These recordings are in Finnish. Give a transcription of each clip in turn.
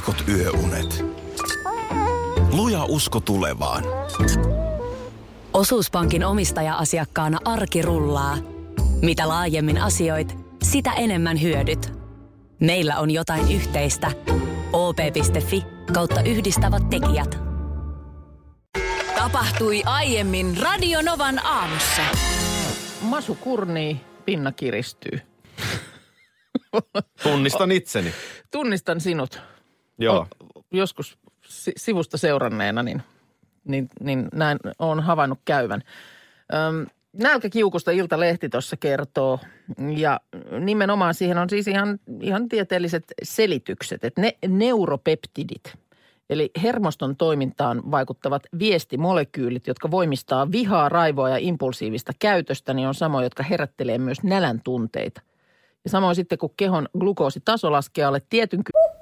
heikot yöunet. Luja usko tulevaan. Osuuspankin omistaja-asiakkaana arki rullaa. Mitä laajemmin asioit, sitä enemmän hyödyt. Meillä on jotain yhteistä. op.fi/yhdistävät tekijät. Tapahtui aiemmin Radio Novan aamussa. Masu kurnii, pinna kiristyy. Tunnistan itseni. Tunnistan sinut. Joo. Joskus sivusta seuranneena, niin näin olen havainnut käyvän. Nälkäkiukusta Iltalehti tuossa kertoo, ja nimenomaan siihen on siis ihan tieteelliset selitykset, että ne neuropeptidit, eli hermoston toimintaan vaikuttavat viestimolekyylit, jotka voimistaa vihaa, raivoa ja impulsiivista käytöstä, niin on samoja, jotka herättelee myös nälän tunteita. Ja samoin sitten, kun kehon glukoositaso laskee alle tietyn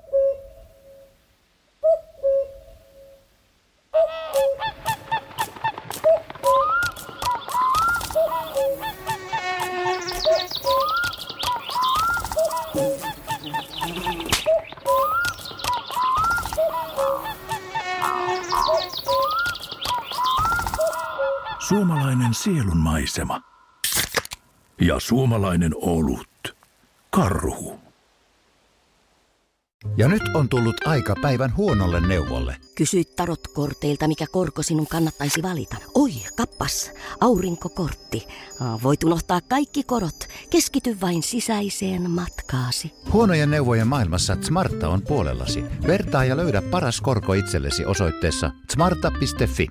Suomalainen sielunmaisema ja suomalainen olut. Karhu. Ja nyt on tullut aika päivän huonolle neuvolle. Kysy tarotkorteilta, mikä korko sinun kannattaisi valita. Oi, kappas, aurinkokortti. Voit unohtaa kaikki korot. Keskity vain sisäiseen matkaasi. Huonojen neuvojen maailmassa Smarta on puolellasi. Vertaa ja löydä paras korko itsellesi osoitteessa smarta.fi.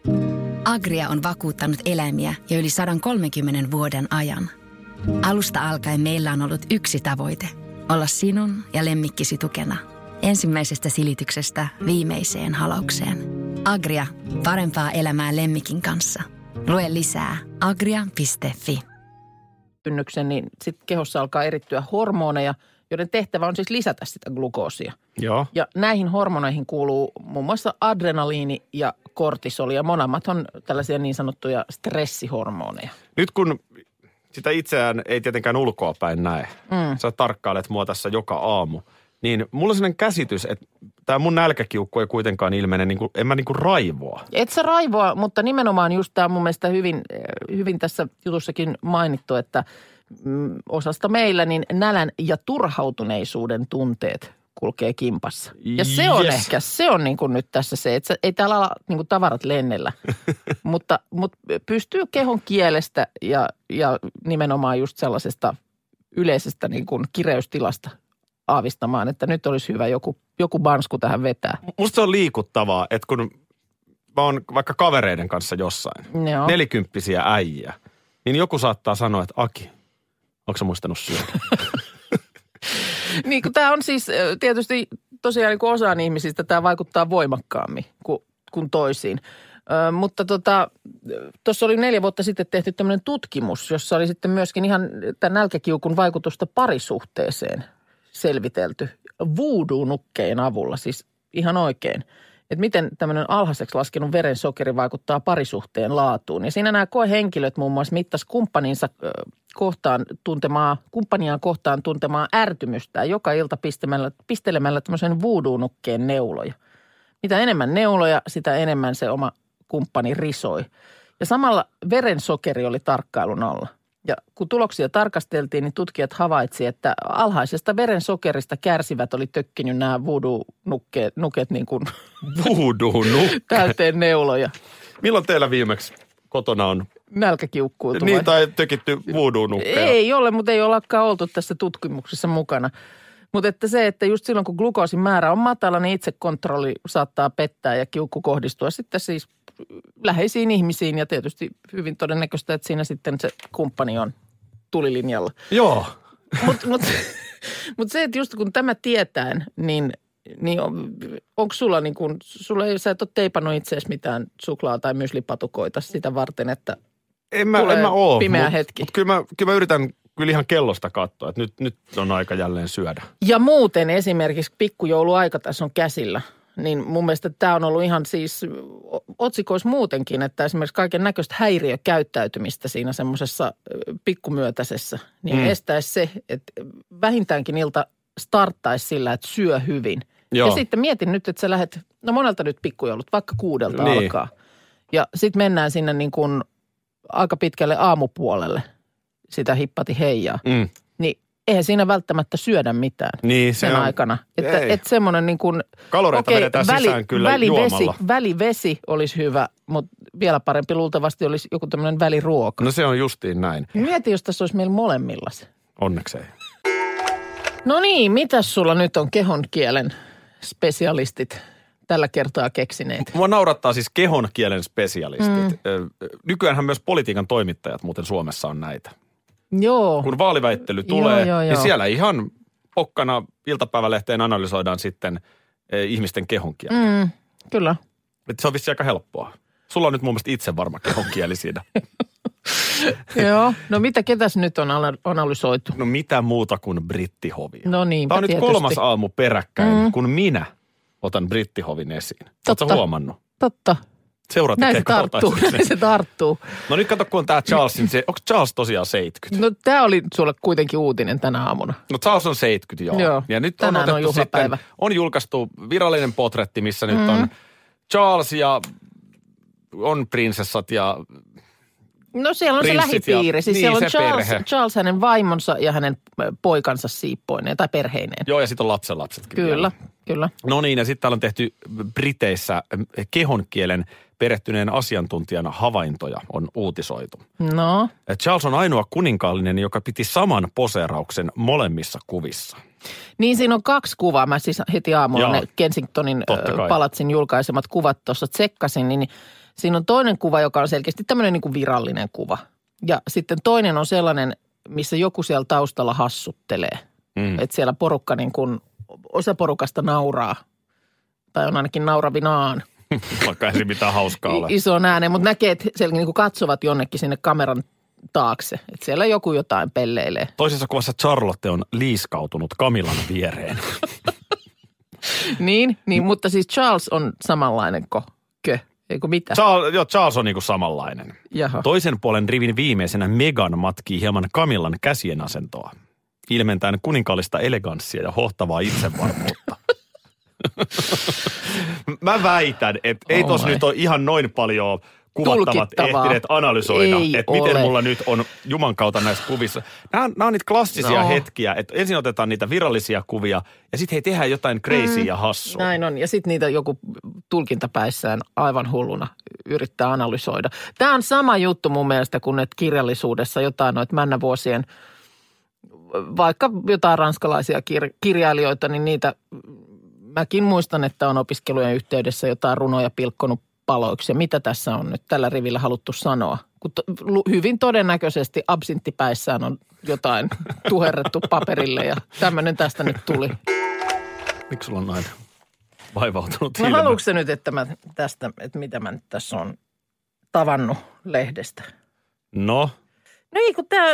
Agria on vakuuttanut eläimiä jo yli 130 vuoden ajan. Alusta alkaen meillä on ollut yksi tavoite. Olla sinun ja lemmikkisi tukena. Ensimmäisestä silityksestä viimeiseen halaukseen. Agria, parempaa elämää lemmikin kanssa. Lue lisää agria.fi. Kynnyksen, niin sitten kehossa alkaa erittyä hormoneja, joiden tehtävä on siis lisätä sitä glukoosia. Joo. Ja näihin hormoneihin kuuluu muun muassa adrenaliini ja kortisoli, ja molemmat on tällaisia niin sanottuja stressihormoneja. Nyt kun sitä itseään ei tietenkään ulkoapäin näe, sä tarkkailet mua tässä joka aamu, niin mulla on sellainen käsitys, että tämä mun nälkäkiukku ei kuitenkaan ilmene, en mä raivoa. Et sä raivoa, mutta nimenomaan just tämä mun mielestä hyvin tässä jutussakin mainittu, että osasta meillä niin nälän ja turhautuneisuuden tunteet kulkee kimpassa. Ja se on niin kuin nyt tässä se, että ei täällä ala niin kuin tavarat lennellä, mutta pystyy kehon kielestä ja nimenomaan just sellaisesta yleisestä niin kuin kireystilasta aavistamaan, että nyt olisi hyvä joku bansku tähän vetää. Musta se on liikuttavaa, että kun mä oon vaikka kavereiden kanssa jossain, 40-vuotiaita äijä, niin joku saattaa sanoa, että Aki, onko sä muistanut syödä? Niin, kun tämä on siis tietysti tosiaan niin kuin osaan ihmisistä tämä vaikuttaa voimakkaammin kuin toisiin. Mutta tuossa oli 4 vuotta sitten tehty tämmöinen tutkimus, jossa oli sitten myöskin ihan tämän nälkäkiukun vaikutusta parisuhteeseen selvitelty voodoo-nukkeen avulla, siis ihan oikein. Että miten tämmöinen alhaiseksi laskenut verensokeri vaikuttaa parisuhteen laatuun. Ja siinä nämä koehenkilöt muun muassa mittas kumppaniaan kohtaan tuntemaa ärtymystä joka ilta pistelemällä tämmöisen voodoo-nukkeen neuloja. Mitä enemmän neuloja, sitä enemmän se oma kumppani risoi. Ja samalla verensokeri oli tarkkailun alla. Ja kun tuloksia tarkasteltiin, niin tutkijat havaitsivat, että alhaisesta verensokerista kärsivät oli tökkinyt nämä voodoo-nuket niin kuin täyteen neuloja. Milloin teillä viimeksi kotona on nälkäkiukkuiltu? Niin, tai tökitty voodoo-nukkeja. Ei ole, mutta ei ollakaan oltu tässä tutkimuksessa mukana. Mutta että se, että just silloin kun glukoosin määrä on matala, niin itsekontrolli saattaa pettää ja kiukku kohdistua sitten siis läheisiin ihmisiin. Ja tietysti hyvin todennäköistä, että siinä sitten se kumppani on tulilinjalla. Joo. Mutta se, että just kun tämä tietään, niin onko sulla niin kuin, sä et ole teipannut itseäsi mitään suklaa- tai myslipatukoita sitä varten, että en mä ole, pimeä hetki. Mutta kyllä mä yritän ihan kellosta katsoa, että nyt on aika jälleen syödä. Ja muuten esimerkiksi pikkujouluaika tässä on käsillä, niin mun mielestä tämä on ollut ihan siis otsikoissa muutenkin, että esimerkiksi kaiken näköistä häiriökäyttäytymistä siinä semmoisessa pikkumyötäisessä, niin estäisi se, että vähintäänkin starttaisi sillä, että syö hyvin. Joo. Ja sitten mietin nyt, että sä lähdet, no monelta nyt pikkujoulut, vaikka 6 Niin. alkaa. Ja sitten mennään sinne niin kuin aika pitkälle aamupuolelle sitä hippati heijaa. Niin eihän siinä välttämättä syödä mitään Niin, sen aikana. Että semmoinen niin kuin, kaloreita vedetään sisään kyllä juomalla. Välivesi olisi hyvä, mutta vielä parempi luultavasti olisi joku tämmöinen väliruoka. No se on justiin näin. Mieti, jos tässä olisi meillä molemmilla se. Onneksi ei. No niin, mitäs sulla nyt on kehon kielen spesialistit tällä kertaa keksineet? Mua naurattaa siis kehon kielen spesialistit. Nykyäänhän myös politiikan toimittajat muuten Suomessa on näitä. Joo. Kun vaaliväittely tulee, Joo. niin siellä ihan pokkana iltapäivälehteen analysoidaan sitten ihmisten kehon kieltä. Kyllä. Että se on vissiin aika helppoa. Sulla on nyt mun mielestä itse varma kehon kieli siinä. Joo. No ketäs nyt on analysoitu? No mitä muuta kuin brittihovia. No niinpä Tämä on nyt tietysti. 3. aamu peräkkäin, kun minä otan brittihovin esiin. Oletko huomannut? Totta. Seura tekee Näin se tarttuu. No nyt kato, kun on tämä Charles, niin onko Charles tosiaan 70? No tämä oli sulle kuitenkin uutinen tänä aamuna. No Charles on 70, joo. Ja nyt on tänään otettu on juhlapäivä. sitten, on julkaistu virallinen potretti, missä nyt on Charles ja on prinsessat ja no siellä on se lähipiiri. Siis niin, siellä on se Charles, hänen vaimonsa ja hänen poikansa siippoineen tai perheineen. Joo, ja sitten on lapsenlapsetkin. Kyllä. No niin, ja sitten täällä on tehty Briteissä kehonkielen perehtyneen asiantuntijan havaintoja on uutisoitu. No. Charles on ainoa kuninkaallinen, joka piti saman poseerauksen molemmissa kuvissa. Niin siinä on 2 kuvaa. Mä siis heti aamulla ne Kensingtonin palatsin julkaisemat kuvat tuossa tsekkasin. Niin siinä on toinen kuva, joka on selkeästi tämmöinen niin kuin virallinen kuva. Ja sitten toinen on sellainen, missä joku siellä taustalla hassuttelee. Että siellä porukka niin kuin, osa porukasta nauraa. Tai on ainakin nauravinaan. Vaikka ei mitään hauskaa ole. Isoon ääneen, mutta näkee, että siellä niin kuin katsovat jonnekin sinne kameran taakse. Että siellä joku jotain pelleilee. Toisessa kuvassa Charlotte on liiskautunut Camillan viereen. niin, mutta siis Charles on samanlainen kö, eikö mitä? Charles on niinku samanlainen. Jaha. Toisen puolen rivin viimeisenä Meghan matkii hieman Camillan käsien asentoa. Ilmentäen kuninkaallista eleganssia ja hohtavaa itsevarmuutta. Mä väitän, että ei tos nyt ole ihan noin paljon kuvattavat ehtineet analysoida, että miten mulla nyt on Juman kautta näissä kuvissa. Nämä on niitä klassisia hetkiä, että ensin otetaan niitä virallisia kuvia ja sitten tehdään jotain crazy ja hassua. Näin on, ja sitten niitä joku tulkintapäissään aivan hulluna yrittää analysoida. Tämä on sama juttu mun mielestä kuin että kirjallisuudessa jotain noita männävuosien, vaikka jotain ranskalaisia kirjailijoita, niin niitä mäkin muistan, että on opiskelujen yhteydessä jotain runoja pilkkonut paloiksi. Ja mitä tässä on nyt tällä rivillä haluttu sanoa? Kun hyvin todennäköisesti absinttipäissään on jotain tuherrettu paperille ja tämmöinen tästä nyt tuli. Miksi sulla on näin vaivautunut silmä? Haluatko nyt, että mitä mä nyt tässä on tavannut lehdestä? No ei kun tää...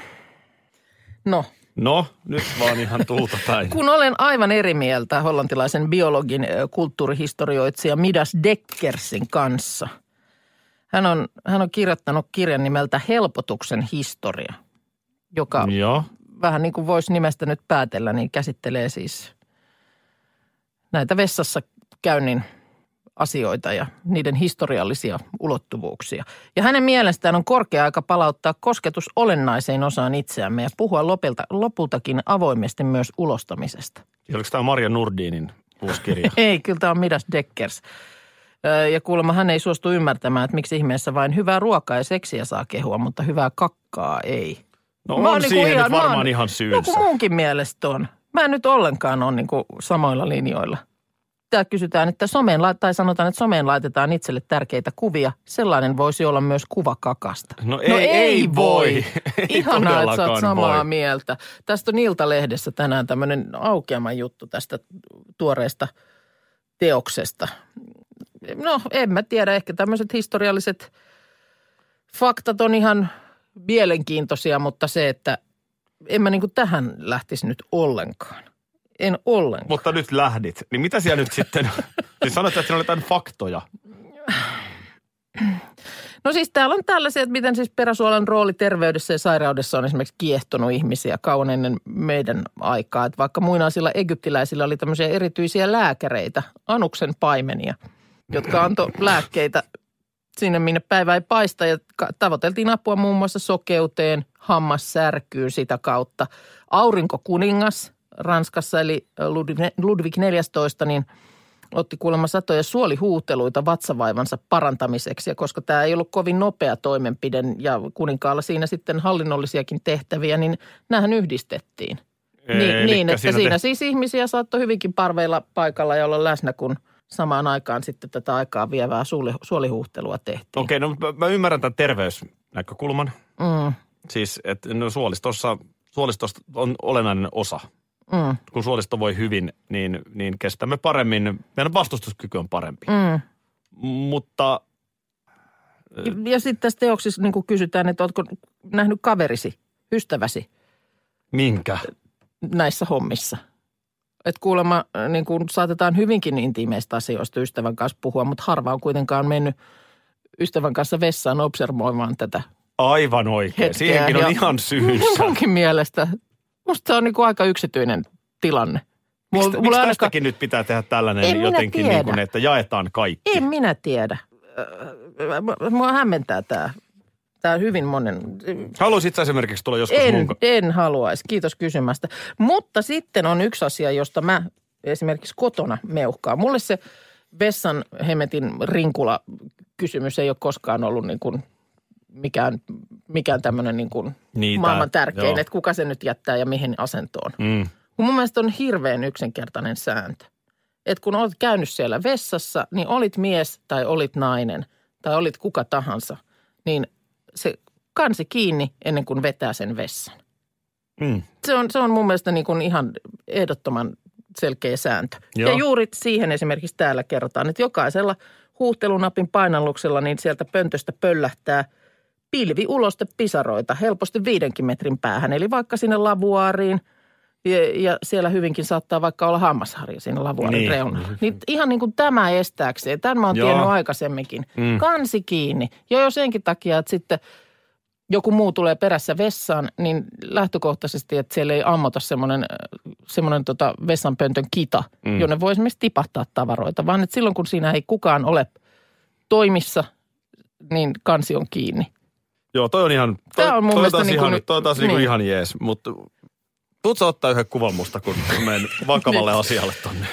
No, nyt vaan ihan tulta päin. Kun olen aivan eri mieltä hollantilaisen biologin kulttuurihistorioitsija Midas Dekkersin kanssa. Hän on kirjoittanut kirjan nimeltä Helpotuksen historia, joka vähän niin kuin voisi nimestä nyt päätellä, niin käsittelee siis näitä vessassa käynnin asioita ja niiden historiallisia ulottuvuuksia. Ja hänen mielestään on korkea aika palauttaa kosketus olennaiseen osaan itseämme ja puhua lopultakin avoimesti myös ulostamisesta. Oliko tämä Marja Nurdinin uusi kirja? Ei, kyllä tämä on Midas Dekkers. Ja kuulemma hän ei suostu ymmärtämään, että miksi ihmeessä vain hyvää ruokaa ja seksiä saa kehua, mutta hyvää kakkaa ei. No on niin siihen nyt varmaan ihan syynsä. Joku muunkin mielestä on. Mä en nyt ollenkaan ole niin kuin samoilla linjoilla. Täällä kysytään, että sanotaan, että someen laitetaan itselle tärkeitä kuvia. Sellainen voisi olla myös kuva kakasta. No ei voi. Ihanaa, että sä oot samaa mieltä. Tästä on Ilta-lehdessä tänään tämmöinen aukeaman juttu tästä tuoreesta teoksesta. No en mä tiedä, ehkä tämmöiset historialliset faktat on ihan mielenkiintoisia, mutta se, että en mä niinku tähän lähtisi nyt ollenkaan. En ollenkaan. Mutta nyt lähdit. Niin mitä siellä nyt sitten, siis sanoit, että siinä oli jotain faktoja. No siis täällä on tällaisia, että miten siis peräsuolan rooli terveydessä ja sairaudessa on esimerkiksi kiehtonut ihmisiä kauan ennen meidän aikaa. Että vaikka muinaisilla egyptiläisillä oli tämmöisiä erityisiä lääkäreitä, Anuksen paimenia, jotka antoi lääkkeitä sinne, minne päivä ei paista. Ja tavoiteltiin apua muun muassa sokeuteen, hammassärkyyn sitä kautta. Aurinkokuningas Ranskassa eli Ludwig XIV, niin otti kuulemma satoja suolihuuteluita vatsavaivansa parantamiseksi. Ja koska tämä ei ollut kovin nopea toimenpide ja kuninkaalla siinä sitten hallinnollisiakin tehtäviä, niin näähän yhdistettiin. Niin että siinä siis ihmisiä saattoi hyvinkin parveilla paikalla ja olla läsnä, kun samaan aikaan sitten tätä aikaa vievää suolihuhtelua tehtiin. Okei, no mä ymmärrän tämän terveysnäkökulman. Siis, että no suolistosta on olennainen osa. Kun suolisto voi hyvin, niin kestämme paremmin. Meidän vastustuskyky on parempi. Mutta... Ja sitten tässä teoksissa niin kuin kysytään, että oletko nähnyt kaverisi, ystäväsi? Minkä? Näissä hommissa. Että kuulemma niin kuin saatetaan hyvinkin intiimeistä asioista ystävän kanssa puhua, mutta harva on kuitenkaan mennyt ystävän kanssa vessaan observoimaan tätä. Aivan oikein. Siihenkin on ihan syynsä. Munkin mielestä. Musta se on niin kuin aika yksityinen tilanne. Miksi tästäkin nyt pitää tehdä tällainen jotenkin, niin kuin, että jaetaan kaikki? En minä tiedä. Mua hämmentää tämä hyvin monen. Haluaisitko esimerkiksi tulla joskus mukaan? En haluaisi. Kiitos kysymästä. Mutta sitten on yksi asia, josta mä esimerkiksi kotona meuhkaan. Mulle se vessan hemetin rinkula-kysymys ei ole koskaan ollut niin kuin mikään tämmöinen niin kuin maailman tärkein, että kuka se nyt jättää ja mihin asentoon. Mun mielestä on hirveän yksinkertainen sääntö. Että kun olet käynyt siellä vessassa, niin olit mies tai olit nainen tai olit kuka tahansa, niin se kansi kiinni ennen kuin vetää sen vessan. Se on mun mielestä niin kuin ihan ehdottoman selkeä sääntö. Joo. Ja juuri siihen esimerkiksi täällä kerrotaan, että jokaisella huuhtelunapin painalluksella niin sieltä pöntöstä pöllähtää pilviuloste pisaroita helposti 5 metrin päähän. Eli vaikka sinne lavuaariin ja siellä hyvinkin saattaa vaikka olla hammasharja siinä lavuaarin reunalla. Niin ihan niin kuin tämä estääkseen. Tämän mä oon tiennyt aikaisemminkin. Kansi kiinni. Jo senkin takia, että sitten joku muu tulee perässä vessaan, niin lähtökohtaisesti, että siellä ei ammota semmoinen vessanpöntön kita, jonne voi esimerkiksi tipahtaa tavaroita. Vaan että silloin, kun siinä ei kukaan ole toimissa, niin kansi on kiinni. Joo, toi on ihan, Tämä on mun mielestä ihan jees, mutta tuutko ottaa yhden kuvan musta, kun menen vakavalle asialle tonne?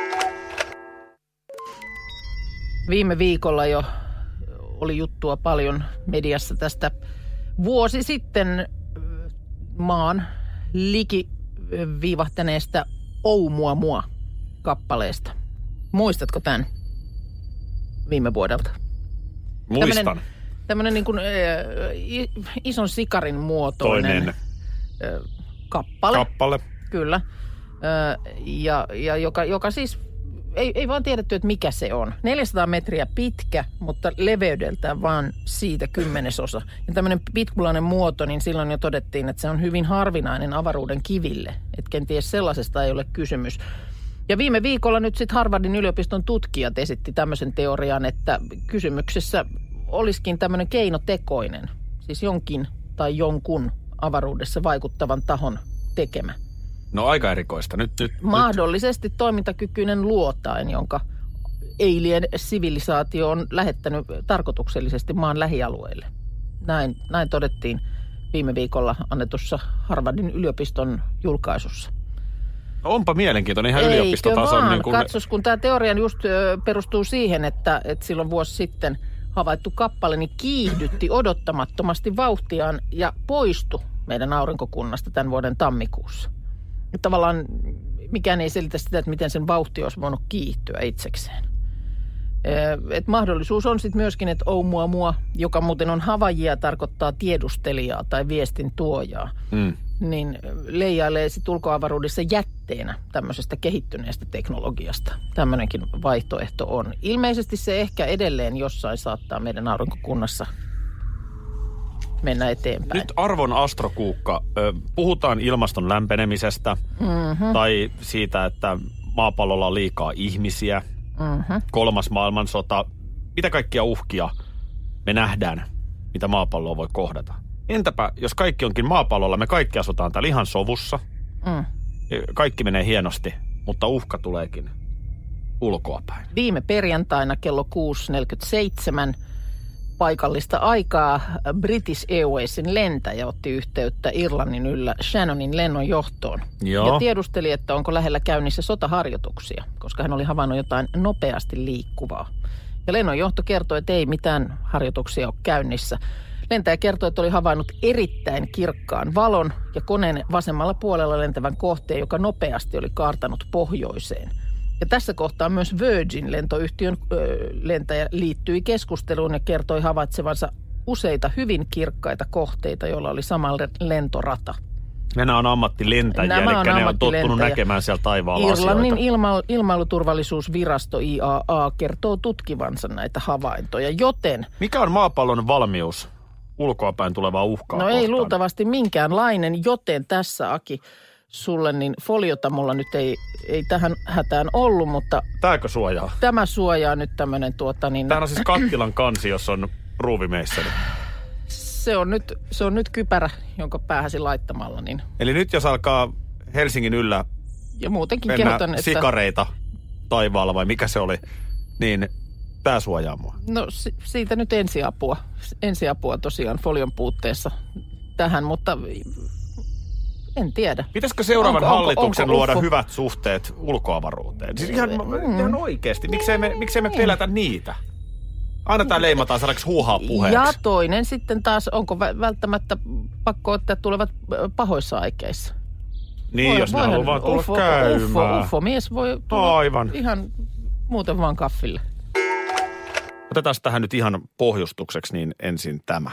Viime viikolla jo oli juttua paljon mediassa tästä vuosi sitten maan liki viivahtaneesta Oumuamua kappaleesta. Muistatko tämän viime vuodelta? Muistan. Tämmöinen niin kuin ison sikarin muotoinen kappale. Kyllä. Ja joka siis, ei vaan tiedetty, että mikä se on. 400 metriä pitkä, mutta leveydeltään vaan siitä 10%. Ja tämmöinen pitkulainen muoto, niin silloin jo todettiin, että se on hyvin harvinainen avaruuden kiville. Että kenties sellaisesta ei ole kysymys. Ja viime viikolla nyt sitten Harvardin yliopiston tutkijat esitti tämmöisen teorian, että kysymyksessä olisikin tämmöinen keinotekoinen, siis jonkin tai jonkun avaruudessa vaikuttavan tahon tekemä. No aika erikoista. Nyt. Mahdollisesti toimintakykyinen luotain, jonka alien-sivilisaatio on lähettänyt tarkoituksellisesti maan lähialueille. Näin todettiin viime viikolla annetussa Harvardin yliopiston julkaisussa. No onpa mielenkiintoinen ihan yliopistotason. Eikö vaan? Niin katsos, kun tämä teoria just perustuu siihen, että silloin vuosi sitten havaittu kappale niin kiihdytti odottamattomasti vauhtiaan ja poistui meidän aurinkokunnasta tämän vuoden tammikuussa. Tavallaan mikään ei selitä sitä, että miten sen vauhti olisi voinut kiihtyä itsekseen. Et mahdollisuus on sitten myöskin, että Oumuamua, joka muuten on Havajia, tarkoittaa tiedustelijaa tai viestin tuojaa, niin leijailee sitten ulkoavaruudessa jätteenä tämmöisestä kehittyneestä teknologiasta. Tämmöinenkin vaihtoehto on. Ilmeisesti se ehkä edelleen jossain saattaa meidän aurinkokunnassa mennä eteenpäin. Nyt arvon astrokuukka, puhutaan ilmaston lämpenemisestä tai siitä, että maapallolla on liikaa ihmisiä, 3. maailmansota, mitä kaikkia uhkia me nähdään, mitä maapalloa voi kohdata. Entäpä, jos kaikki onkin maapallolla, me kaikki asutaan täällä ihan sovussa. Kaikki menee hienosti, mutta uhka tuleekin ulkoapäin. Viime perjantaina kello 6.47 paikallista aikaa British Airwaysin lentäjä otti yhteyttä Irlannin yllä Shannonin lennon johtoon. Joo. Ja tiedusteli, että onko lähellä käynnissä sotaharjoituksia, koska hän oli havainnut jotain nopeasti liikkuvaa. Ja lennon johto kertoi, että ei mitään harjoituksia ole käynnissä. Lentäjä kertoi, että oli havainnut erittäin kirkkaan valon ja koneen vasemmalla puolella lentävän kohteen, joka nopeasti oli kaartanut pohjoiseen. Ja tässä kohtaa myös Virgin-lentoyhtiön lentäjä liittyi keskusteluun ja kertoi havaitsevansa useita hyvin kirkkaita kohteita, joilla oli sama lentorata. Nämä on ammattilentäjiä, eli ne on tottunut näkemään siellä taivaalla Irlannin asioita. ilmailuturvallisuusvirasto IAA kertoo tutkivansa näitä havaintoja, joten... Mikä on maapallon valmius ulkoapäin tulevaa uhkaa kohtaan? Ei luultavasti minkäänlainen, joten tässä Aki sulle, niin foliota mulla nyt ei tähän hätään ollut, mutta... Tääkö suojaa? Tämä suojaa nyt tämmöinen Tämä on siis kattilan kansi, jos on ruuvimeisseli. Se on nyt kypärä, jonka päähäsi laittamalla, niin... Eli nyt jos alkaa Helsingin yllä ja muutenkin mennä kehotan, että... sikareita taivaalla vai mikä se oli, niin tää suojaa mua. No siitä nyt ensiapua tosiaan folion puutteessa tähän, mutta en tiedä. Pitäisikö seuraavan hallituksen luoda hyvät suhteet ulkoavaruuteen? Siis ihan oikeasti. Miksei me pelätä niitä? Aina tää leimataan sellaiksi huuhaa puheeksi. Ja toinen sitten taas, onko välttämättä pakko ottaa tulevat pahoissa aikeissa? Niin, jos ne haluaa tulla käymään. Ufo-mies voi tulla ihan muuten vaan kaffille. Otetaan tähän nyt ihan pohjustukseksi niin ensin tämä.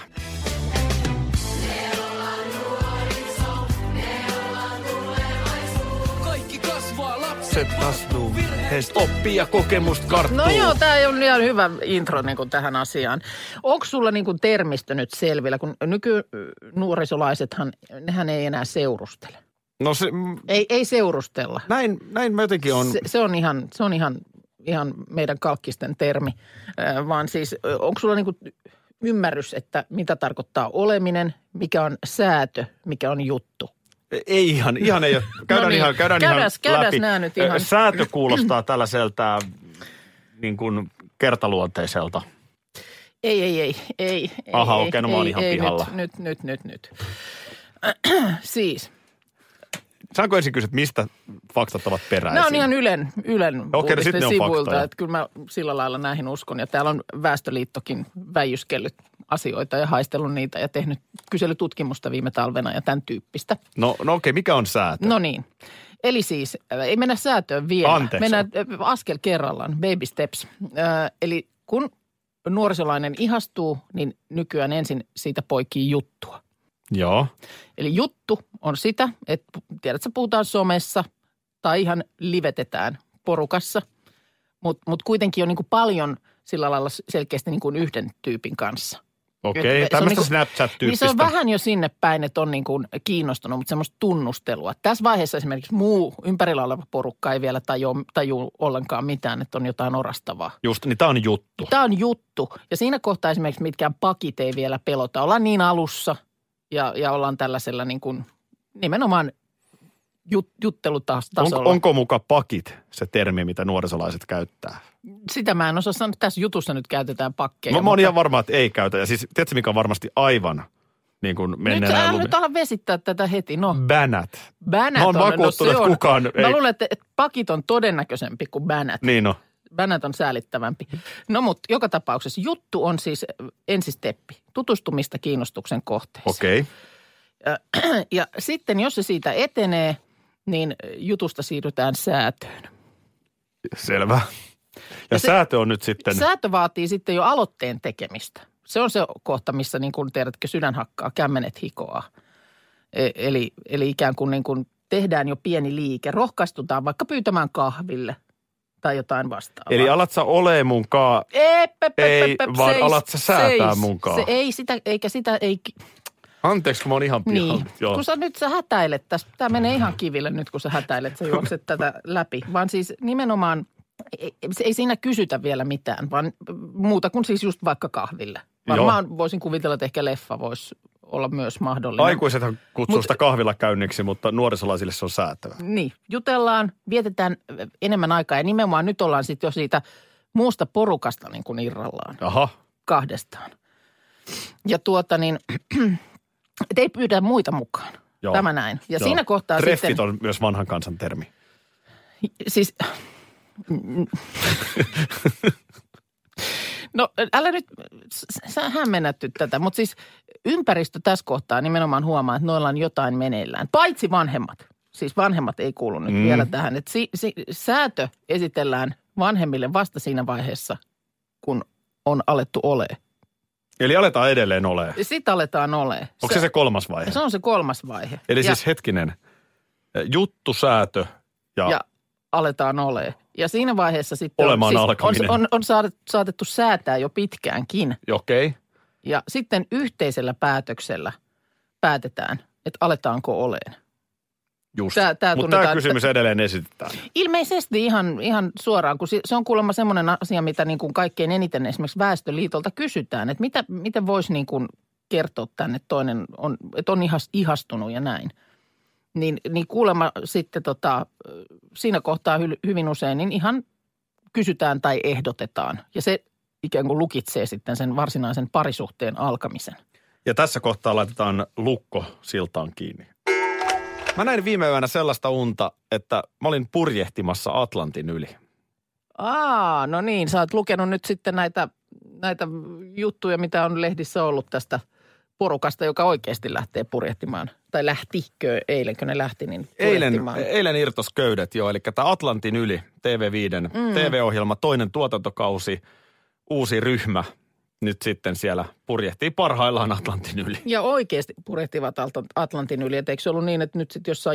Lapset astuu, heistä oppia kokemusta karttuu. No joo, tämä on ihan hyvä intro niin kuin tähän asiaan. Onko sulla niin kuin termistö nyt selvillä, kun nykynuorisolaisethan, nehän ei enää seurustele? No se... Ei seurustella. Näin mä jotenkin on. Se on ihan meidän kalkkisten termi, vaan siis onko sulla niin kuin ymmärrys, että mitä tarkoittaa oleminen, mikä on säätö, mikä on juttu? Ei ihan ei ole. Käydään läpi. Nää nyt ihan. Säätö kuulostaa tällaiselta niin kuin kertaluonteiselta. Ei. Aha, okei, no mä oon ihan pihalla. Nyt. Siis. Saanko ensin kysyä, mistä faktat ovat peräisin? Nämä on ihan Ylen uutisten sivuilta, että kyllä mä sillä lailla näihin uskon. Ja täällä on Väestöliittokin väijyskellyt asioita ja haistellut niitä ja tehnyt kyselytutkimusta viime talvena ja tämän tyyppistä. No okei, mikä on säätö? No niin. Eli siis, ei mennä säätöön vielä. Anteeksi. Mennään askel kerrallaan, baby steps. Eli kun nuorisolainen ihastuu, niin nykyään ensin siitä poikii juttua. Joo. Eli juttu on sitä, että tiedätkö, puhutaan somessa tai ihan livetetään porukassa, mutta kuitenkin on niin kuin paljon sillä lailla selkeästi niin kuin yhden tyypin kanssa. Okei, tämmöistä niin Snapchat-tyyppistä. Niin se on vähän jo sinne päin, että on niin kuin kiinnostunut, mutta semmoista tunnustelua. Tässä vaiheessa esimerkiksi muu ympärillä oleva porukka ei vielä tajua ollenkaan mitään, että on jotain orastavaa. Just, niin tämä on juttu. Tämä on juttu. Ja siinä kohtaa esimerkiksi mitkään pakit ei vielä pelota. Ollaan niin alussa ja ollaan tällaisella niin kuin nimenomaan juttelutasolla. Onko muka pakit se termi, mitä nuorisolaiset käyttää? Sitä mä en osaa sanoa. Tässä jutussa nyt käytetään pakkeja. Mä oon ihan varma, että ei käytä. Ja siis tiedätkö, mikä on varmasti aivan niin kuin menneenä... Nyt ala vesittää tätä heti, no. Bänät. Bänät mä oon vakuuttunut, että kukaan... Mä luulen, että pakit on todennäköisempi kuin bänät. Niin on. Bänät on säälittävämpi. No mutta joka tapauksessa juttu on siis ensisteppi. Tutustumista kiinnostuksen kohteeseen. Okei. Ja sitten jos se siitä etenee, niin jutusta siirrytään säätöön. Selvä. Ja säätö on nyt sitten... Säätö vaatii sitten jo aloitteen tekemistä. Se on se kohta, missä niin kuin tiedätkö, sydän hakkaa, kämmenet hikoaa. Eli ikään kuin, niin kuin tehdään jo pieni liike. Rohkaistutaan vaikka pyytämään kahville tai jotain vastaavaa. Eli alat sä olee munkaan? Ei, vaan alat sä säätää munkaan. Se ei sitä, eikä sitä, ei... Anteeksi, kun mä oon ihan pihalla. Niin, joo. Kun sä hätäilet tästä. Tämä menee ihan kiville nyt, kun sä hätäilet, sä juokset tätä läpi. Vaan siis nimenomaan, ei siinä kysytä vielä mitään, vaan muuta kuin siis just vaikka kahville. Varmaan voisin kuvitella, että ehkä leffa voisi olla myös mahdollinen. Aikuisethan kutsuu sitä kahvilakäynniksi, mutta nuorisolaisille se on säätävä. Niin, jutellaan, vietetään enemmän aikaa ja nimenomaan nyt ollaan sitten jo siitä muusta porukasta niin kuin irrallaan. Aha. Kahdestaan. Ja ei pyydä muita mukaan. Joo. Tämä näin. Ja joo. Siinä kohtaa treffit sitten... on myös vanhan kansan termi. Siis... No älä nyt, sä hämmennät tätä, mutta siis ympäristö tässä kohtaa nimenomaan huomaa, että noilla on jotain meneillään. Paitsi vanhemmat. Siis vanhemmat ei kuulu nyt vielä tähän. Että säätö esitellään vanhemmille vasta siinä vaiheessa, kun on alettu olemaan. Eli aletaan edelleen olemaan. Sitten aletaan olemaan. Onko se kolmas vaihe? Se on se kolmas vaihe. Eli siis hetkinen, juttu, säätö ja aletaan olemaan. Ja siinä vaiheessa sitten on saatettu säätää jo pitkäänkin. Okei. Okay. Ja sitten yhteisellä päätöksellä päätetään, että aletaanko oleen. Just. Mutta tämä kysymys edelleen esitetään. Ilmeisesti ihan suoraan, kun se on kuulemma semmoinen asia, mitä niin kuin kaikkein eniten esimerkiksi Väestöliitolta kysytään. Että miten voisi niin kuin kertoa tänne toinen, että on ihastunut ja näin. Niin kuulemma sitten siinä kohtaa hyvin usein niin ihan kysytään tai ehdotetaan. Ja se ikään kuin lukitsee sitten sen varsinaisen parisuhteen alkamisen. Ja tässä kohtaa laitetaan lukko siltaan kiinni. Mä näin viime yönä sellaista unta, että mä olin purjehtimassa Atlantin yli. No niin. Sä oot lukenut nyt sitten näitä juttuja, mitä on lehdissä ollut tästä porukasta, joka oikeasti lähtee purjehtimaan. Tai lähtikö eilenkö ne lähti, niin purjehtimaan. Eilen irtos köydet jo, eli tämä Atlantin yli, TV5, TV-ohjelma, toinen tuotantokausi, uusi ryhmä. Nyt sitten siellä purjehtii parhaillaan Atlantin yli. Ja oikeasti purjehtivat Atlantin yli. Et eikö se ollut niin, että nyt sitten jossain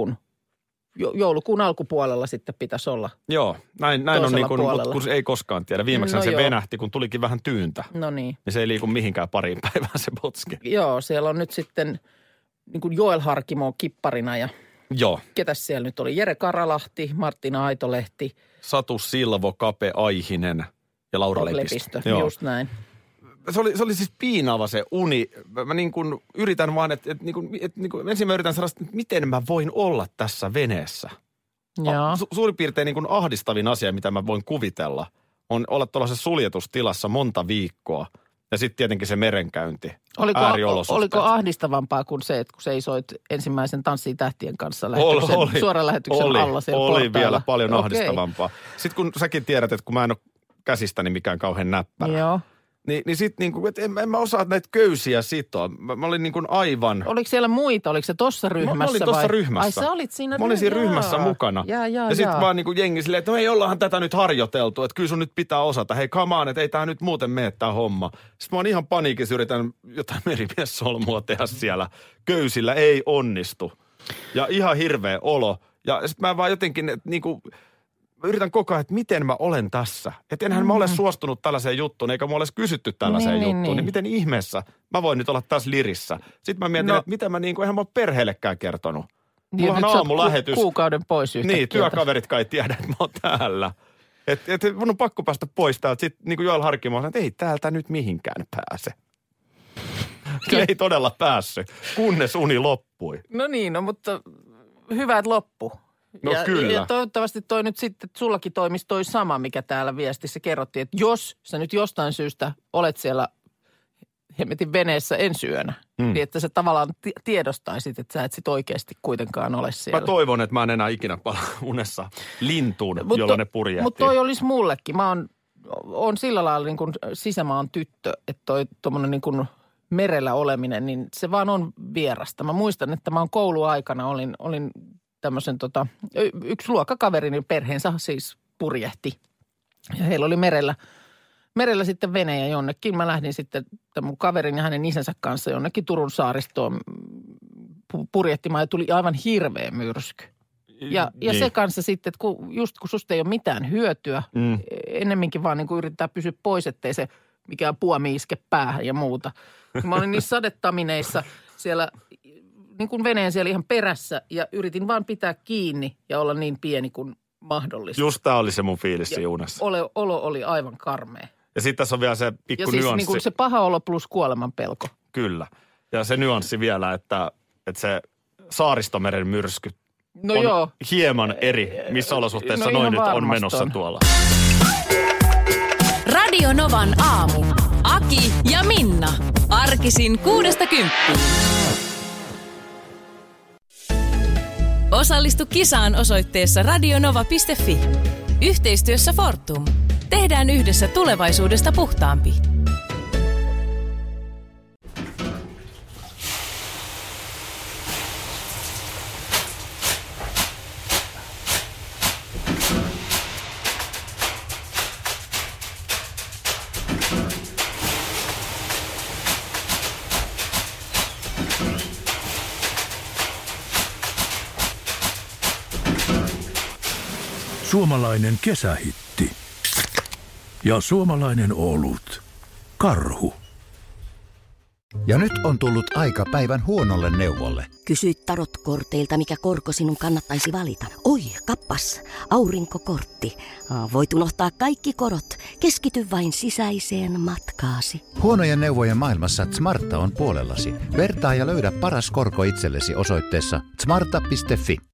joulukuun alkupuolella sitten pitäisi olla? Joo, näin on niin kuin, mutta kun ei koskaan tiedä. Viimeksi se venähti, kun tulikin vähän tyyntä. No niin. Ja se ei liiku mihinkään pariin päivään se botski. Joo, siellä on nyt sitten niin kuin Joel Harkimo kipparina ja joo. Ketäs siellä nyt oli? Jere Karalahti, Martina Aitolehti. Satu Silvo, Kape Aihinen ja Laura Lepistö. Just näin. Se oli siis piinaava se uni. Mä niin kuin yritän vaan, että ensin mä yritän sellaista, että miten mä voin olla tässä veneessä. Suurin piirtein niin kuin ahdistavin asia, mitä mä voin kuvitella, on olla tuollaisessa suljetustilassa monta viikkoa. Ja sitten tietenkin se merenkäynti, ääriolosuhteet. Oliko ahdistavampaa kuin se, että kun seisoit ensimmäisen Tanssii tähtien kanssa suoran lähetyksen alla siellä Oli portailla. Vielä paljon ahdistavampaa. Sitten kun säkin tiedät, että kun mä en ole käsistäni mikään kauhean näppärä. Joo. Niin sitten niin kuin, että en mä osaa näitä köysiä sitoa. Mä olin niin kuin aivan... Oliko siellä muita? Oliko se tossa ryhmässä Mä olin tossa ryhmässä. Ai sä olit siinä Mä olin siinä ryhmässä mukana. Ja sitten vaan niin kuin jengi silleen, että no ei ollaanhan tätä nyt harjoiteltu. Että kyllä sun nyt pitää osata. Hei come on, että ei tää nyt muuten mene tää homma. Sitten mä oon ihan paniikissa, yritän jotain merimies-solmua tehdä siellä. Köysillä ei onnistu. Ja ihan hirveä olo. Ja sitten mä vaan jotenkin niin kuin... Mä yritän koko ajan, että miten mä olen tässä. Että enhän mä ole suostunut tällaiseen juttuun, eikä mä ole kysytty tällaiseen juttuun. Niin miten ihmeessä mä voin nyt olla tässä lirissä? Sitten mä mietin, että miten mä eihän mä ole perheellekään kertonut. Mulla on aamulähetys. Kuukauden pois yhtäkkiä. Niin, työkaverit ei tiedä, että mä oon täällä. Että mun on pakko päästä pois täältä. Sitten niin kuin Joel Harkimo sanoi, että ei täältä nyt mihinkään pääse. Ei todella päässyt, kunnes uni loppui. No niin, mutta hyvä, että loppu. No kyllä. Ja toivottavasti toi nyt sitten, että sullakin toimisi toi sama, mikä täällä viestissä kerrottiin, että jos sä nyt jostain syystä olet siellä hemmetin veneessä ensi yönä, niin että sä tavallaan tiedostaisit, että sä et sit oikeasti kuitenkaan ole siellä. Mä toivon, että mä en enää ikinä unessa lintuun, jolloin ne purjehtii. Mutta toi olisi mullekin. Mä oon sillä lailla niin kuin sisämaan tyttö, että toi tommonen niin kuin merellä oleminen, niin se vaan on vierasta. Mä muistan, että mä oon kouluaikana olin tämmöisen yksi luokkakaverini perheensä siis purjehti. Ja heillä oli merellä sitten vene ja jonnekin. Mä lähdin sitten mun kaverin ja hänen isänsä kanssa jonnekin Turun saaristoon purjehtimaan ja tuli aivan hirveä myrsky. Ja se kanssa sitten, että kun susta ei ole mitään hyötyä, ennemminkin vaan niin kuin yrittää pysyä pois, ettei se mikään puomi iske päähän ja muuta. Mä olin niissä sadetamineissa siellä niin kuin veneen siellä ihan perässä ja yritin vaan pitää kiinni ja olla niin pieni kuin mahdollista. Just tää oli se mun fiilis siinä unessa. Olo oli aivan karmea. Ja sitten tässä on vielä se pikku ja siis nyanssi. Niin kuin se paha olo plus kuoleman pelko. Kyllä. Ja se nyanssi vielä, että se Saaristomeren myrsky on hieman eri, missä olosuhteissa noin nyt on menossa tuolla. Radio Novan aamu. Aki ja Minna. Arkisin 6–10. Osallistu kisaan osoitteessa radionova.fi. Yhteistyössä Fortum. Tehdään yhdessä tulevaisuudesta puhtaampi. Suomalainen kesähitti. Ja suomalainen olut. Karhu. Ja nyt on tullut aika päivän huonolle neuvolle. Kysy tarotkorteilta, mikä korko sinun kannattaisi valita. Oi, kappas, aurinkokortti. Voit unohtaa kaikki korot. Keskity vain sisäiseen matkaasi. Huonojen neuvojen maailmassa Smarta on puolellasi. Vertaa ja löydä paras korko itsellesi osoitteessa smarta.fi.